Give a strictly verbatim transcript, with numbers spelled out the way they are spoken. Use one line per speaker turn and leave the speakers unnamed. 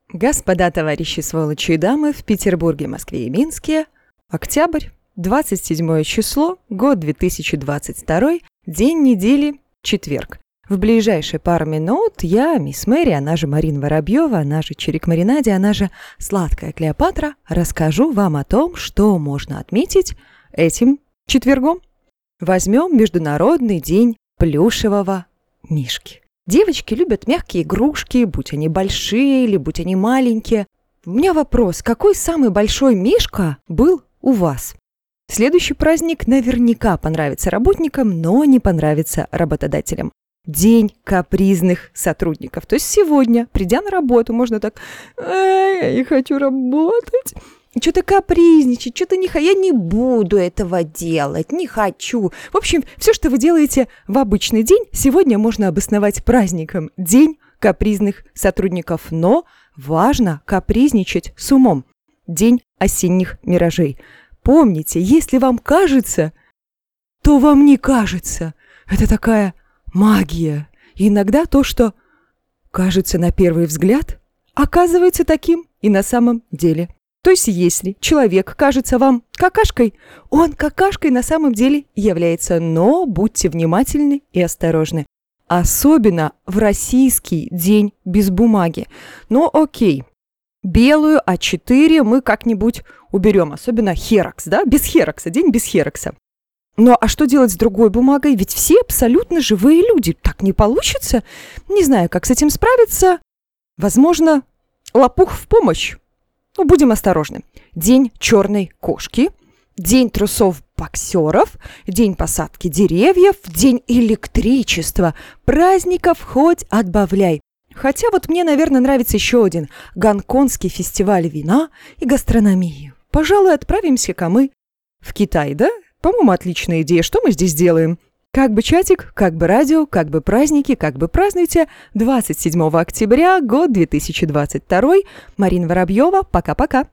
Господа, товарищи, сволочи и дамы, в Петербурге, Москве и Минске. Октябрь, двадцать седьмое число, год две тысячи двадцать второй, день недели, четверг. В ближайшие пару минут я, мисс Мэри, она же Марина Воробьева, она же Чирик Маринаде, она же Сладкая Клеопатра, расскажу вам о том, что можно отметить этим четвергом. Возьмем Международный день плюшевого мишки. Девочки любят мягкие игрушки, будь они большие или будь они маленькие. У меня вопрос, какой самый большой мишка был у вас? Следующий праздник наверняка понравится работникам, но не понравится работодателям. День капризных сотрудников. То есть сегодня, придя на работу, можно так: «Я не хочу работать». Что-то капризничать, что-то не хочу, я не буду этого делать, не хочу. В общем, все, что вы делаете в обычный день, сегодня можно обосновать праздником. День капризных сотрудников. Но важно капризничать с умом. День осенних миражей. Помните, если вам кажется, то вам не кажется. Это такая магия. И иногда то, что кажется на первый взгляд, оказывается таким и на самом деле. То есть, если человек кажется вам какашкой, он какашкой на самом деле является, но будьте внимательны и осторожны. Особенно в российский день без бумаги. Но окей, белую а четыре мы как-нибудь уберем, особенно херокс, да, без херокса, день без херокса. Ну а что делать с другой бумагой? Ведь все абсолютно живые люди, так не получится. Не знаю, как с этим справиться. Возможно, лопух в помощь. Ну, будем осторожны. День черной кошки, день трусов боксеров, день посадки деревьев, день электричества. Праздников хоть отбавляй. Хотя вот мне, наверное, нравится еще один – Гонконгский фестиваль вина и гастрономии. Пожалуй, отправимся-ка мы в Китай, да? По-моему, отличная идея. Что мы здесь делаем? Как бы чатик, как бы радио, как бы праздники, как бы празднуйте. двадцать седьмого октября, год две тысячи двадцать второй. Марина Воробьева. Пока-пока.